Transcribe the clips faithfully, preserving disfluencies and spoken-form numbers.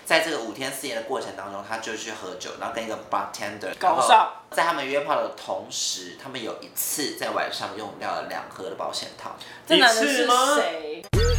在这个五天四夜的过程当中，他就去喝酒，然后跟一个 bartender 搞上。 在他们约炮的同时，他们有一次在晚上用掉了两盒的保险套。 这男的是谁？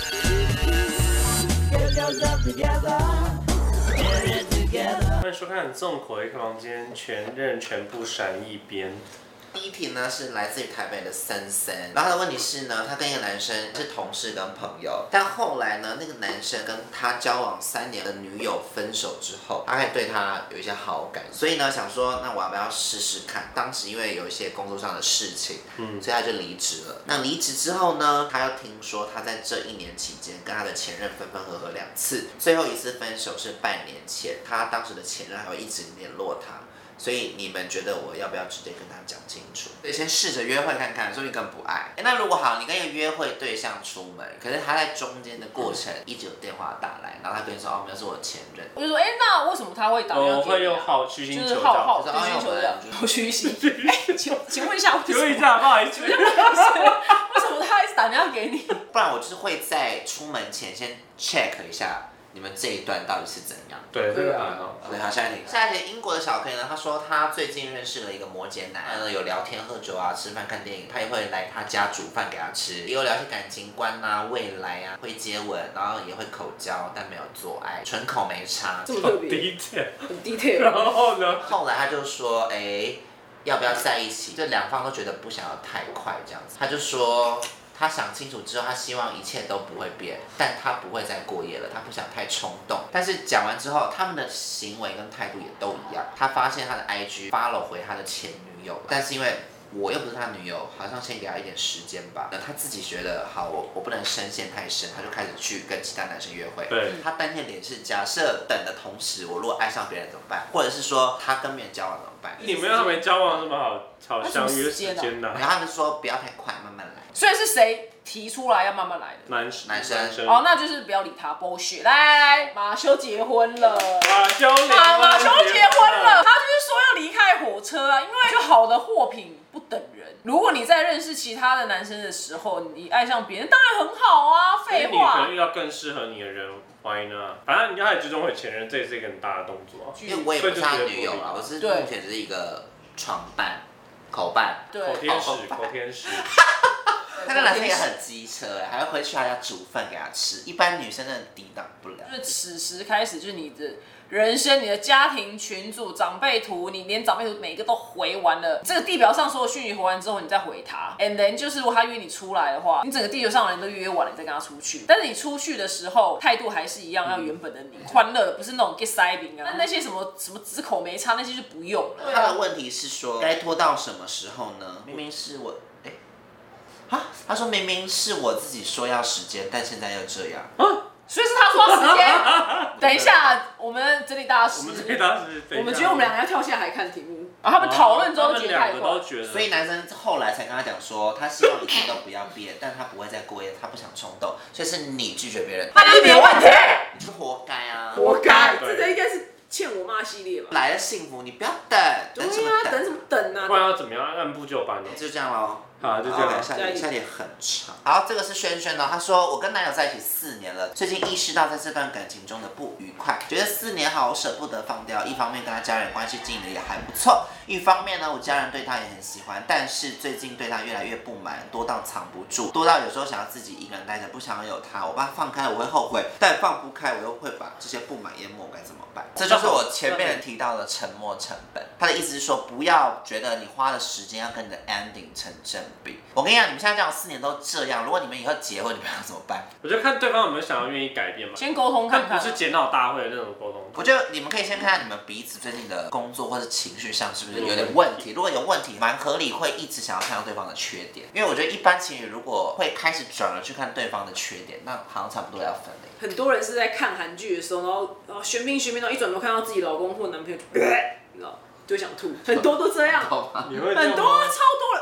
欢迎收看《纵口一个房间》，全任全部闪一边。 第一题呢是来自于台北的森森，然后他的问题是呢，他跟一个男生是同事跟朋友，但后来呢，那个男生跟他交往三年的女友分手之后，他还对他有一些好感，所以呢想说，那我要不要试试看？当时因为有一些工作上的事情，嗯，所以他就离职了。那离职之后呢，他又听说他在这一年期间跟他的前任分分合合两次，最后一次分手是半年前，他当时的前任还会一直联络他。所以你们觉得我要不要直接跟他讲清楚？对，先试着约会看看，说不定更不爱。欸、那如果好，你跟一个约会对象出门，可是他在中间的过程一直有电话打来，然后他跟你说哦，没有，是我前任。 我就说，哎、欸，那为什么他会打电话给你、啊？ 我会用好虚心求教， 就是好好虚心求教， 好虚心。哎，请请问一下， 请问一下，不好意思， 为什么他一直打电话给你？ 不然我就是会在出门前先 check 一下。你们这一段到底是怎样？ 对，这个很好。 对，好，下一题。下一题，英国的小 K 呢，他说他最近认识了一个摩羯男，呃，有聊天、喝酒啊，吃饭、看电影，他也会来他家煮饭给他吃，也有聊些感情观啊、未来啊，会接吻，然后也会口交，但没有做爱，纯口没差。 这么特别， 很 detail。 然后呢？ 后来他就说，哎、欸，要不要在一起？这两方都觉得不想要太快这样子，他就说。他想清楚之后，他希望一切都不会变，但他不会再过夜了，他不想太冲动。但是讲完之后，他们的行为跟态度也都一样。他发现他的 I G follow 回他的前女友，但是因为我又不是他女友，好像先给他一点时间吧。那他自己觉得好，我我不能深陷太深，他就开始去跟其他男生约会。 对， 他当天脸是假设等的同时，我如果爱上别人怎么办？或者是说他跟别人交往怎么办？ 你们要没交往这么好，好相约时间呢？ 然后他们说不要太快，慢慢来。 所以是谁提出来要慢慢来的？ 男男生。 哦，那就是不要理他 bullshit。来来来，马修结婚了。 马修马马修结婚了，他就是说要离开火车啊，因为就好的货品不等人。如果你在认识其他的男生的时候，你爱上别人，当然很好啊，废话。 你可能遇到更适合你的人。Why not？ 反正你要最终会前任，这也是一个很大的动作、啊。 因为我也不是他女友啊，我是目前只是一个床伴、口伴、 口天使、口天使。 那个男生也很机车哎，还会回去他家煮饭给他吃，一般女生真的抵挡不了。 就是此时开始，就是你的人生、你的家庭群组、长辈图，你连长辈图每一个都回完了，这个地表上所有讯息回完之后，你再回他 ，and then 就是如果他约你出来的话，你整个地球上的人都约完了，你再跟他出去。但是你出去的时候，态度还是一样，要原本的你，欢乐的，不是那种 get 塞饼啊，那些什么什么只口没差那些就不用了。 他的问题是说，该拖到什么时候呢？明明是我。啊，他说明明是我自己说要时间，但现在又这样。 啊，所以是他说时间。等一下，我们整理大师， 我们整理大师， 我们觉得我们两个要跳下来看题目。然后他们讨论之后觉得太快， 所以男生后来才跟他讲说，他希望一切都不要变，但他不会再过夜，他不想冲动，所以是你拒绝别人， 那就是你的问题， 你是活该啊， 活该，这个应该是。欠我妈系列吧， 来了幸福，你不要等，等什么等？ 等什么等啊？ 不然要怎么样？按部就班的。 就这样咯。 好，就这样。 下题，下题很长。好，这个是轩轩哦，他说我跟男友在一起四年了，最近意识到在这段感情中的不愉快，觉得四年好舍不得放掉。一方面跟他家人关系经营的也还不错，一方面呢，我家人对他也很喜欢，但是最近对他越来越不满，多到藏不住，多到有时候想要自己一个人待着，不想要有他。我把他放开，我会后悔，但放不开，我又会把这些不满淹没，该怎么办？这就是我前面提到的沉没成本。他的意思是说，不要觉得你花的时间要跟你的 ending 成正比。我跟你讲，你们现在这样四年都这样，如果你们以后结婚，你们要怎么办？ 我就看对方有没有想要愿意改变嘛。 先沟通看看， 不是检讨大会的那种沟通。 我觉得你们可以先看看你们彼此最近的工作或者情绪上是不是有点问题。如果有问题，蛮合理，会一直想要看到对方的缺点。因为我觉得一般情侣如果会开始转而去看对方的缺点，那好像差不多要分离。 很多人是在看韩剧的时候，然后然后玄彬玄彬，然后一转头看到自己老公或男朋友就，你知道，就想吐，很多都这样， 你会很多超多人。来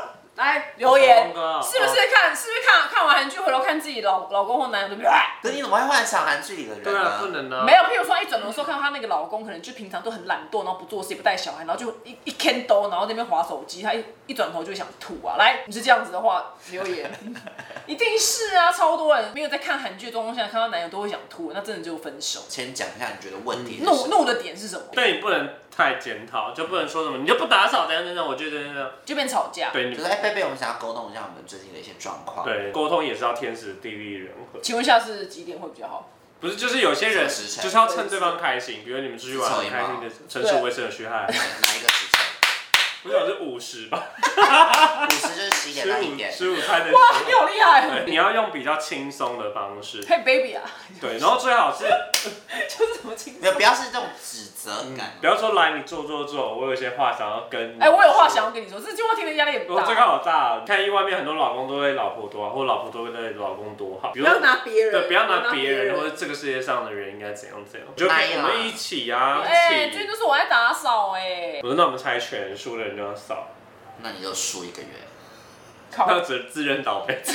来留言， 哦、 是不是看？是不是看看完韩剧回头看自己老老公或男友都？ 可是你怎么会幻想韩剧里的人呢？ 对啊，不能啊。 没有，譬如说一转头的时候看到她那个老公，可能就平常都很懒惰，然后不做事也不带小孩，然后就一一 can 兜，然后在那边滑手机，他一一转头就会想吐啊！来，你是这样子的话，留言，一定是啊，超多人没有在看韩剧的状况下看到男友都会想吐，那真的就分手。 先讲一下你觉得问题是怒怒的点是什么？ 对你不能太检讨，就不能说什么你就不打扫怎样怎样，我觉得这样就变吵架。 对， 就是哎，贝贝，我们想要沟通一下我们最近的一些状况。 对，沟通也是要天时地利人和。 请问一下是几点会比较好？ 不是，就是有些人就是要趁对方开心，比如你们出去玩很开心的，陈述卫生的虚害。 哪一个时辰？ 我想是五十吧， 五十就是十一点到一点。 十五餐的。 哇，你好厉害！ 你要用比较轻松的方式。 嘿 ，baby 啊。 对，然后最好是就是怎么轻松？ 没有，不要是这种指责感。 不要说来你做做做，我有些话想要跟你。 哎，我有话想要跟你说，这句话听的压力很大。 我这个好大，你看外面很多老公都会老婆多好，或老婆都会对老公多好。 不要拿别人。 对，不要拿别人，或者这个世界上的人应该怎样怎样。就我们一起啊，一起。 哎，最近都是我在打扫哎。 不是，那我们猜拳，输的人就要扫。 那你就输一个月， 那只自认倒霉，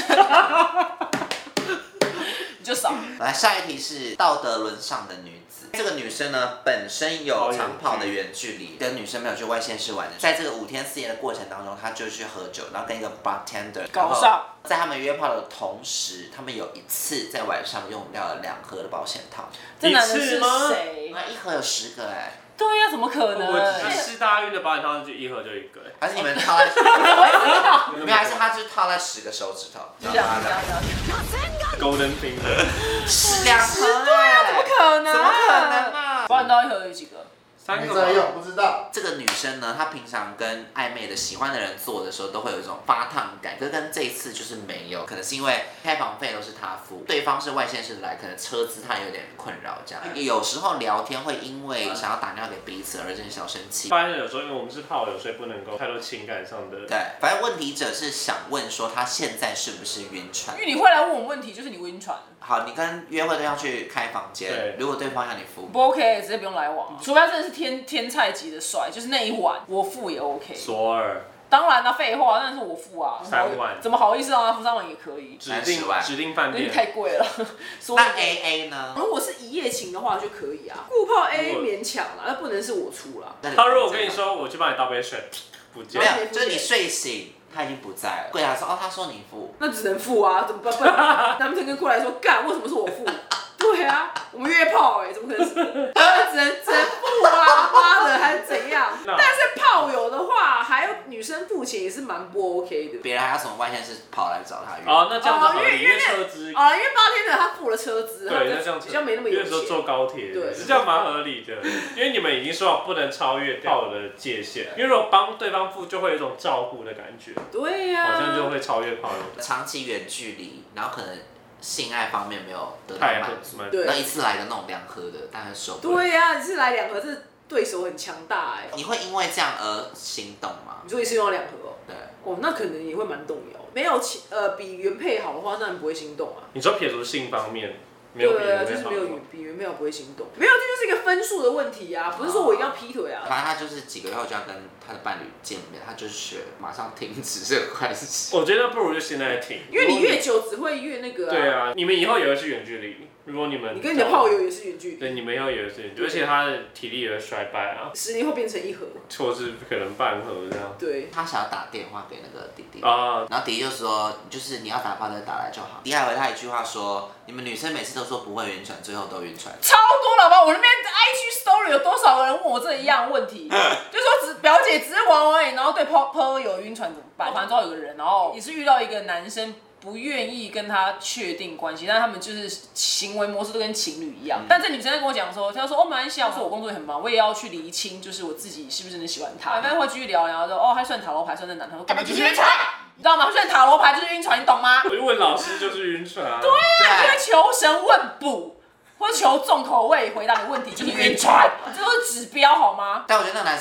你就少。 来，下一题是道德沦丧的女子。这个女生呢，本身有长跑的远距离，跟女生没有去外县市玩的，在这个五天四夜的过程当中，她就去喝酒，然后跟一个 bartender 搞上。 在他们约炮的同时，他们有一次在晚上用掉了两盒的保险套。 这男的是谁？ 那一盒有十个哎。 对呀、啊，怎么可能？ 我一次大运的保险套就一盒就一个， 还是你们套在？没有，还是他就套在十个手指头。 这样这样这样。 Golden finger。 两盒对啊，怎么可能？ 怎么可能啊？ 保险套一盒有几个？ 三个。 没在用，不知道。 这个女生呢，她平常跟暧昧的喜欢的人做的时候，都会有一种发烫感，可是跟这一次就是没有，可能是因为开房费都是她付，对方是外县市来，可能车资她有点困扰这样。有时候聊天会因为想要打电话给彼此而真的小生气。 发现有时候因为我们是炮友，所以不能够太多情感上的。 对，反正问题者是想问说她现在是不是晕船？ 因为你会来问我问题，就是你晕船。 好，你跟约会对象去开房间，如果对方要你付， 不 OK， 直接不用来往，除非他真的是天天菜级的帅，就是那一晚我付也 OK。 索尔。 当然啦，废话，那是我付啊。 三万。 怎么好意思让他付三万也可以？ 指定指定饭店。 太贵了。 那 A A 呢？ 如果是一夜情的话就可以啊，顾炮 A A 勉强啦，那不能是我出啦。 他如果跟你说我去帮你倒杯水，不见。 没有，就是你睡醒。他已经不在了，柜台说哦，他说你付， 那只能付啊，怎么办？男生跟过来说干，为什么是我付？对啊，我们约炮哎、欸，怎么可能是？只能只能付啊，妈的还是怎样？但是炮友的话，还有女生付钱也是蛮不 OK 的。 别人还要从外县市跑来找他约。 哦，那这样子合理， 因为车资。 啊，因为八天的他付了车资， 对，那这样子比较没那么有钱。 因为说坐高铁， 对， 是这样蛮合理的。因为你们已经说好不能超越炮友的界限，因为如果帮对方付，就会有一种照顾的感觉。 对呀、 啊，好像就会超越炮友。 长期远距离，然后可能性爱方面没有得到满足，那一次来的那种两盒的，当然受不了。 对呀、啊，你是来两盒，这对手很强大哎、欸。 你会因为这样而心动吗？ 你说你是用两盒哦？ 对。 哦，那可能也会蛮动摇。没有呃比原配好的话，那你不会心动啊。 你说撇除性方面。没有对啊，就是没有比原配好不会心动，没有，这就是一个分数的问题啊，不是说我一定要劈腿啊。 反正他就是几个月后就要跟他的伴侣见面，他就是学马上停止这个坏事。 我觉得不如就现在停， 因为你越久只会越那个啊。 对啊，你们以后也会是远距离，如果你们你跟你的炮友也是远距离， 对，你们以后也是远距离，而且他的体力也会衰败啊， 十年后变成一盒， 或是可能半盒这样。 对， 他想要打电话给那个弟弟啊， 然后弟弟就说，就是你要打炮再打来就好。弟还回他一句话说，你们女生每次都说不会晕船，最后都晕船。 超多了吧？我那边 I G Story 有多少个人问我这一样问题？就说只表姐只是玩玩而已，然后对炮炮有晕船怎么办？反正之后有个人，然后也是遇到一个男生。不愿意跟他确定关系，但他们就是行为模式都跟情侣一样。嗯、但这女生在跟我讲的时候，她就说：“哦，马来西亚，我说我工作也很忙，我也要去厘清，就是我自己是不是真的喜欢他。”反正会继续聊，然后说：“哦，还算塔罗牌，算这男的，根本就是晕船，你知道吗？算塔罗牌就是晕船，你懂吗？” 我就问老师就是晕船、啊。 对啊，因为求神问卜。或者求重口味回答你问题就是晕船，这都是指标好吗？ 但我觉得那个男生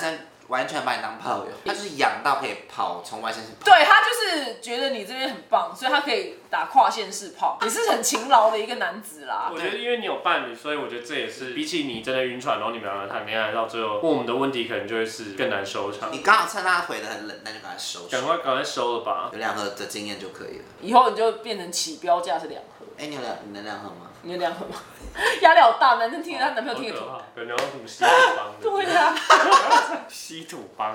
完全把你当炮友，他就是养到可以跑，从外线是跑。 对他就是觉得你这边很棒，所以他可以打跨线式炮。你是很勤劳的一个男子啦。 我觉得因为你有伴侣，所以我觉得这也是比起你真的晕船，然后你们两个谈恋爱到最后问我们的问题，可能就会是更难收场。 你刚好趁他回的很冷淡，就赶快收。 赶快赶快收了吧， 有两盒的经验就可以了。 以后你就变成起标价是两盒。 哎、欸，你有两，你能两盒吗？ 你有两盒吗？压力好大，男生听着他男朋友听得懂。 可能要什么稀土帮的。 对呀、 啊。稀土帮。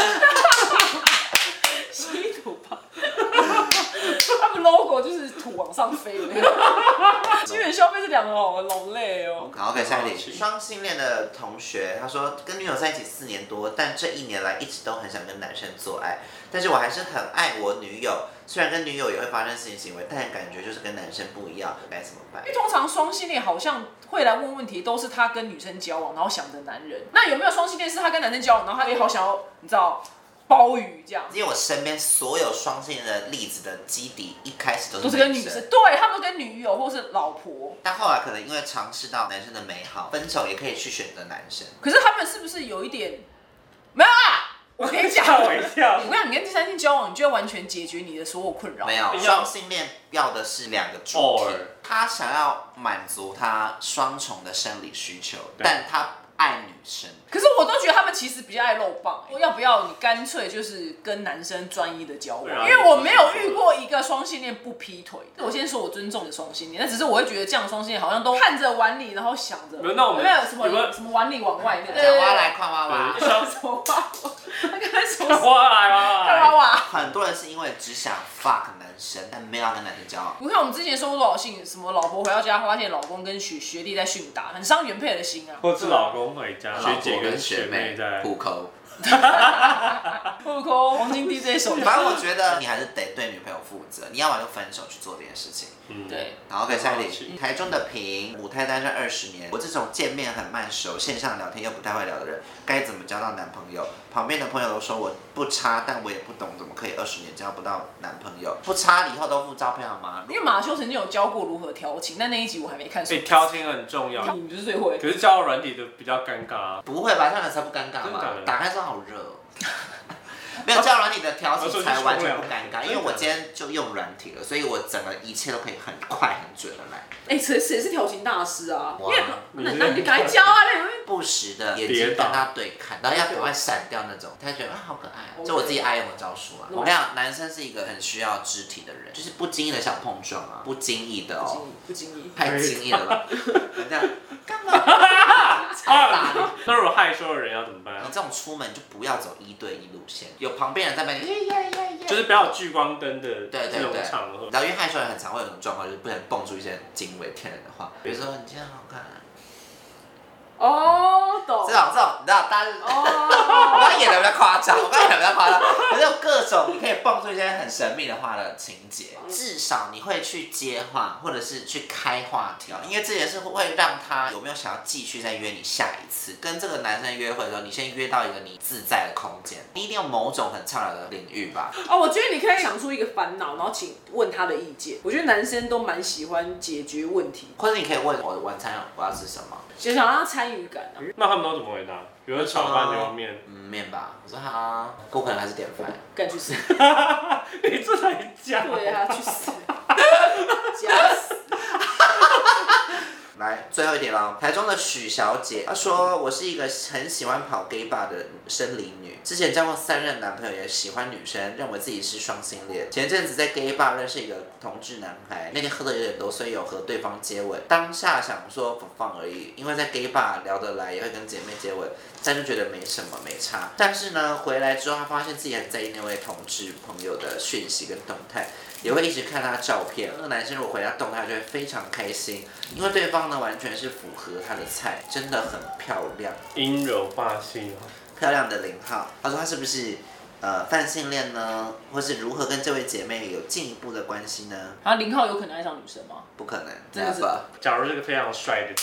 稀土帮。他们 logo 就是土往上飞的那个。基本消费是两盒好了，好累哦。 好 ，OK， 下一题。双性恋的同学他说，跟女友在一起四年多，但这一年来一直都很想跟男生做爱，但是我还是很爱我女友。虽然跟女友也会发生性行为，但感觉就是跟男生不一样，该怎么办？ 因为通常双性恋好像会来问问题，都是他跟女生交往，然后想着男人。那有没有双性恋是他跟男生交往，然后他也好想要，你知道？鲍鱼这样， 因为我身边所有双性恋的例子的基底一开始都是都是跟女生，对他们都跟女友或是老婆， 但后来可能因为尝试到男生的美好，分手也可以去选择男生。 可是他们是不是有一点没有啊？我跟你讲， 我一跳， 我跟你讲，你跟第三性交往，你就会完全解决你的所有困扰。 没有，双性恋要的是两个主体，他想要满足他双重的生理需求，但他爱女生。 可是我都觉得他们其实比较爱露棒、欸，要不要你干脆就是跟男生专一的交往？因为我没有遇过一个双性恋不劈腿。我先说我尊重的双性恋，但只是我会觉得这样的双性恋好像都看着碗里，然后想着没有那我们有没有什么什么碗里往外那个？ 讲挖来看挖挖， 什么挖？他刚才说挖来挖来， 挖挖。 很多人是因为只想 fuck 男生，但没有要跟男生交往。 你看我们之前说过多少信，什么老婆回到家发现老公跟学学弟在训打，很伤原配的心啊。 或是老公回家，学姐跟学妹在互抠。 互抠黄金 D J 手。 反正我觉得你还是得对女朋友负责，你要么就分手去做这件事情。 嗯，对。 好 ，OK， 下一题。台中的平，母胎单身二十年，我这种见面很慢熟，线上聊天又不太会聊的人，该怎么交到男朋友？旁边的朋友都说我不差，但我也不懂怎么可以二十年交不到男朋友。不差，以后都附照片好吗？ 因为马修曾经有教过如何调情，但那一集我还没看。 所以调情很重要。 你就是最会。 可是交友软体的比较尴尬啊。 不会吧？这样才不尴尬嘛？打开之后好热、哦。没有交友软体的调情才完全不尴尬，因为我今天就用软体了，所以我整个一切都可以很快很准的来。 哎、欸，谁谁是调情大师啊？因为那那你赶快教啊！那不时的眼睛跟他对看，然后要赶快闪掉那种，他就觉得啊好可爱、啊，就我自己爱用的招数啊。我跟你讲，男生是一个很需要肢体的人，就是不经意的小碰撞啊，不经意的哦， 不经意， 太经意了吧？这样干嘛？超大力。 那如果害羞的人要怎么办？ 你这种出门就不要走一对一路线，有旁边人在那边， 就是不要有聚光灯的这种场合。 然后因为害羞人很常会有一种状况，就是不能蹦出一些惊为天人的话，比如说你今天好看、啊。 哦，懂。 这种这种，你知道，大家，哦、我刚刚演的比较夸张，我刚刚演的比较夸张，可是有各种你可以蹦出一些很神秘的话的情节，至少你会去接话，或者是去开话题，因为这也是会让他有没有想要继续再约你下一次。跟这个男生约会的时候，你先约到一个你自在的空间，你一定有某种很畅聊的领域吧。 哦，我觉得你可以想出一个烦恼，然后请问他的意见。我觉得男生都蛮喜欢解决问题， 或者你可以问我晚餐我要吃什么。 就想让他参与感啊。 那他们都怎么回答？比如说炒饭、牛肉面。 嗯，面吧。我说好，我可能还是点饭。 干去死！ 你这才假。 对啊，去死！假死！ 来，最后一点了。台中的许小姐，她说我是一个很喜欢跑 gay bar 的生理女，之前交过三任男朋友，也喜欢女生，认为自己是双性恋。前阵子在 gay bar 认识一个同志男孩，那天喝的有点多，所以有和对方接吻。当下想说不放而已，因为在 gay bar 聊得来，也会跟姐妹接吻，但就觉得没什么，没差。但是呢，回来之后，她发现自己很在意那位同志朋友的讯息跟动态。也会一直看他照片，那个男生如果回他动态就会非常开心，因为对方呢完全是符合他的菜，真的很漂亮， 阴柔霸气哦， 漂亮的零号。他说他是不是呃泛性恋呢，或是如何跟这位姐妹有进一步的关系呢？ 啊，零号有可能爱上女生吗？ 不可能， 真的是。 假如是个非常帅的 T，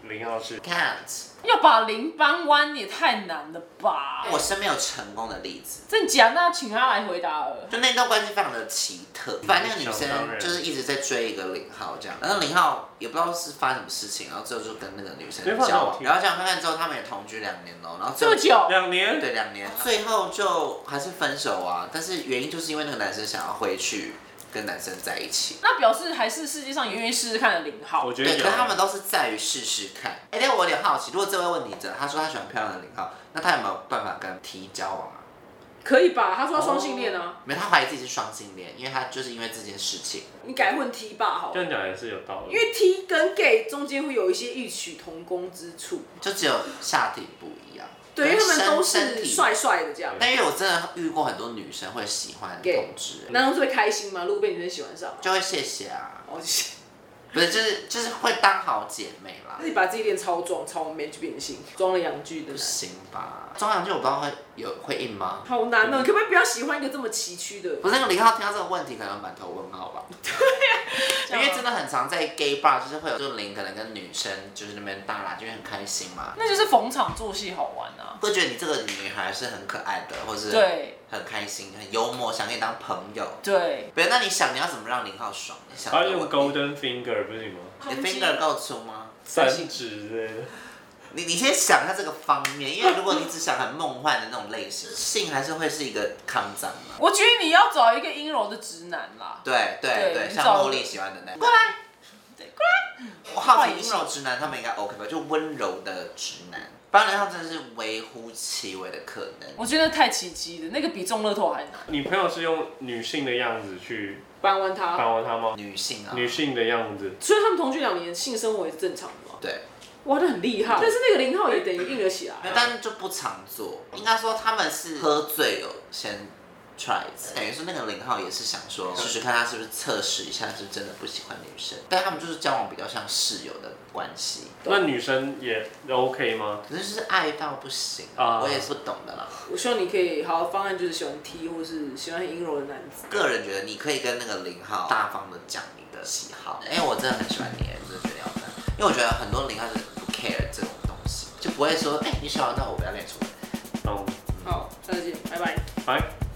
零号是 can't。 要把零搬弯也太难了吧？ 我身边有成功的例子， 真假？那请他来回答了。 就那段关系非常的奇特。反正那个女生就是一直在追一个零号这样，然后零号也不知道是发生什么事情，然后最后就跟那个女生交往，然后这样看看之后，他们也同居两年哦，然后这么久， 两年， 对，两年，最后就还是分手啊。但是原因就是因为那个男生想要回去跟男生在一起， 那表示还是世界上有愿意试试看的零号。 我觉得对，可是他们都是在于试试看。哎、欸，但我有点好奇，如果这位问题者他说他喜欢漂亮的零号，那他有没有办法跟 T 交往啊？ 可以吧？他说他双性恋啊。 没有，他怀疑自己是双性恋，因为他就是因为这件事情。 你改混 T 吧，好。 这样讲也是有道理。 因为 T 跟 gay 中间会有一些异曲同工之处， 就只有下体不一样。 对，因为他们都是帅帅的这样。 但因为我真的遇过很多女生会喜欢同志， 男生是会开心吗？如果被女生喜欢上， 就会谢谢啊。 哦，谢谢。 不是，就是就是会当好姐妹啦。 自己把自己练超壮、超 man 去变性，装了阳具的。 不行吧？装阳具我不知道会有会硬吗？ 好难哦！你可不可以不要喜欢一个这么崎岖的？ 不是那个零号听到这个问题，可能满头问号吧。 对呀、 啊，因为真的很常在 gay bar， 就是会有就零可能跟女生就是那边大啦，就会很开心嘛。 那就是逢场作戏好玩啊。 会觉得你这个女孩是很可爱的，或是对很开心、很幽默，想跟你当朋友。 对。 不是，那你想你要怎么让零号爽？你想他用 golden finger 不行吗？ 你 finger 够粗吗？ 三指之类的。 你你先想一下这个方面，因为如果你只想很梦幻的那种类型，性还是会是一个抗战嘛。 我觉得你要找一个阴柔的直男啦。 对对对，像茉莉喜欢的那个。 过来，对，过来。 我好奇阴柔直男他们应该 OK 吧？就温柔的直男。不然他真的是微乎其微的可能。 我觉得太奇迹了，那个比中乐透还难。 你朋友是用女性的样子去搬弯他， 搬弯他吗？ 女性啊， 女性的样子。 所以他们同居两年，性生活也是正常的嘛？ 对。 哇，那很厉害。但是那个零号也等于硬了起来、啊。 但就不常做，应该说他们是喝醉有先 try 一次，等于说那个零号也是想说试试看他是不是测试一下是真的不喜欢女生，但他们就是交往比较像室友的关系。 那女生也 OK 吗？ 可是就是爱到不行啊，我也是不懂的啦。 我希望你可以好好方案，就是喜欢 T 或是喜欢很阴柔的男子。 个人觉得你可以跟那个零号大方的讲你的喜好，因为我真的很喜欢你，我真的觉得要这样，因为我觉得很多零号是不 care 这种东西，就不会说哎、欸、你喜欢那我不要跟你出门。 嗯， 好，下次见，拜拜。 拜。